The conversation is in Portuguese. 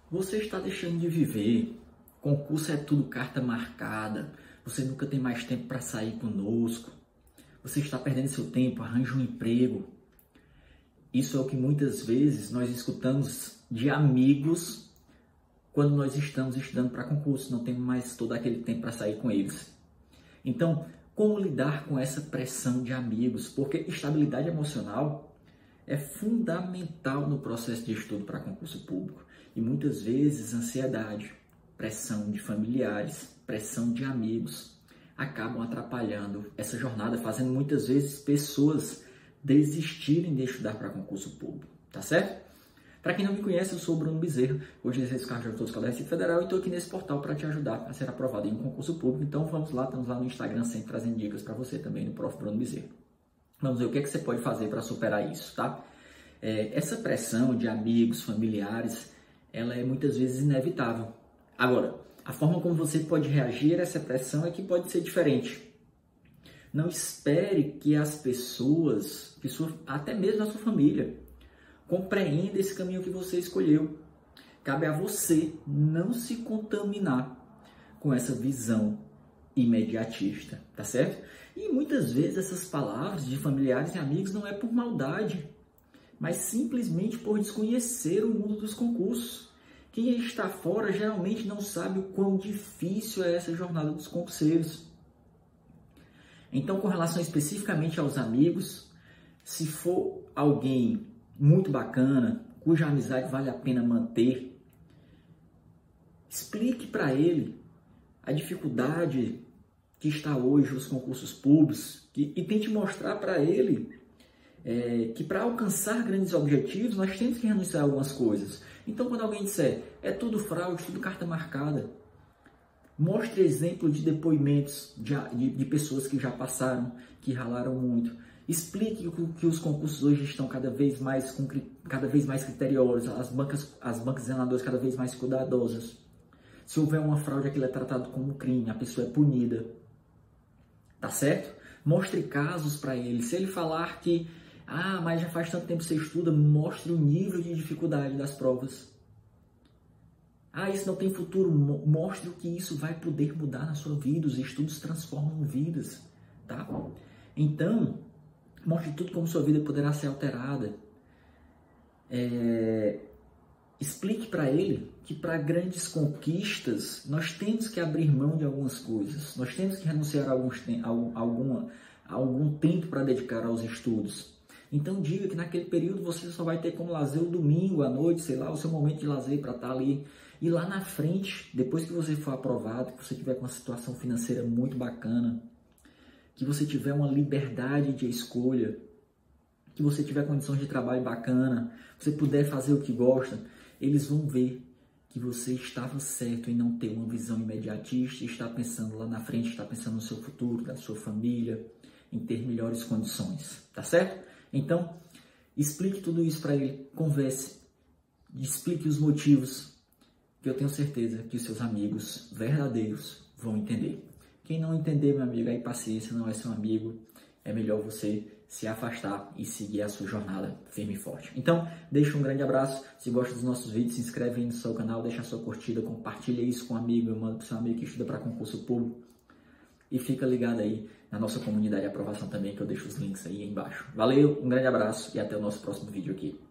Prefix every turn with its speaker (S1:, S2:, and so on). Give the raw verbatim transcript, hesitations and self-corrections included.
S1: Você está deixando de viver. Concurso é tudo carta marcada. Você nunca tem mais tempo para sair conosco. Você está perdendo seu tempo, arranja um emprego. Isso é o que muitas vezes nós escutamos de amigos quando nós estamos estudando para concurso. Não temos mais todo aquele tempo para sair com eles. Então, como lidar com essa pressão de amigos? Porque estabilidade emocional é fundamental no processo de estudo para concurso público. E muitas vezes ansiedade, pressão de familiares, pressão de amigos acabam atrapalhando essa jornada, fazendo muitas vezes pessoas desistirem de estudar para concurso público, tá certo? Para quem não me conhece, eu sou o Bruno Bezerra, hoje exerço cargo de autor escolar da Receita Federal e estou aqui nesse portal para te ajudar a ser aprovado em um concurso público. Então vamos lá, estamos lá no Instagram sempre trazendo dicas para você também, no Prof Bruno Bezerra. Vamos ver o que, é que você pode fazer para superar isso, tá? É, essa pressão de amigos, familiares, ela é muitas vezes inevitável. Agora, a forma como você pode reagir a essa pressão é que pode ser diferente. Não espere que as pessoas, que sua, até mesmo a sua família, compreenda esse caminho que você escolheu. Cabe a você não se contaminar com essa visão imediatista, tá certo? E muitas vezes essas palavras de familiares e amigos não é por maldade, mas simplesmente por desconhecer o mundo dos concursos. Quem está fora geralmente não sabe o quão difícil é essa jornada dos concurseiros. Então, com relação especificamente aos amigos, se for alguém muito bacana, cuja amizade vale a pena manter, explique para ele a dificuldade que está hoje os concursos públicos que, e tente mostrar para ele é, que para alcançar grandes objetivos nós temos que renunciar a algumas coisas. Então, quando alguém disser, é tudo fraude, tudo carta marcada, mostre exemplo de depoimentos de, de, de pessoas que já passaram, que ralaram muito. Explique que, que os concursos hoje estão cada vez mais, cada vez mais criteriosos, as bancas, as bancas examinadoras cada vez mais cuidadosas. Se houver uma fraude, aquilo é tratado como crime, a pessoa é punida. Tá certo? Mostre casos para ele. Se ele falar que ah, mas já faz tanto tempo que você estuda, mostre o nível de dificuldade das provas. Ah, isso não tem futuro, mostre o que isso vai poder mudar na sua vida. Os estudos transformam vidas, tá? Então, mostre tudo como sua vida poderá ser alterada. É... Explique para ele que para grandes conquistas nós temos que abrir mão de algumas coisas. Nós temos que renunciar a, alguns te... a, alguma... a algum tempo para dedicar aos estudos. Então diga que naquele período você só vai ter como lazer o domingo à noite, sei lá, o seu momento de lazer para estar ali. E lá na frente, depois que você for aprovado, que você tiver com uma situação financeira muito bacana, que você tiver uma liberdade de escolha, que você tiver condições de trabalho bacana, você puder fazer o que gosta, eles vão ver que você estava certo em não ter uma visão imediatista, está pensando lá na frente, está pensando no seu futuro, da sua família, em ter melhores condições, tá certo? Então, explique tudo isso para ele, converse, explique os motivos, que eu tenho certeza que os seus amigos verdadeiros vão entender. Quem não entender, meu amigo, aí paciência, não é seu amigo, é melhor você se afastar e seguir a sua jornada firme e forte. Então, deixa um grande abraço, se gosta dos nossos vídeos, se inscreve aí no seu canal, deixa a sua curtida, compartilha isso com um amigo, manda para o seu amigo que estuda para concurso público. E fica ligado aí na nossa comunidade de aprovação também, que eu deixo os links aí embaixo. Valeu, um grande abraço e até o nosso próximo vídeo aqui.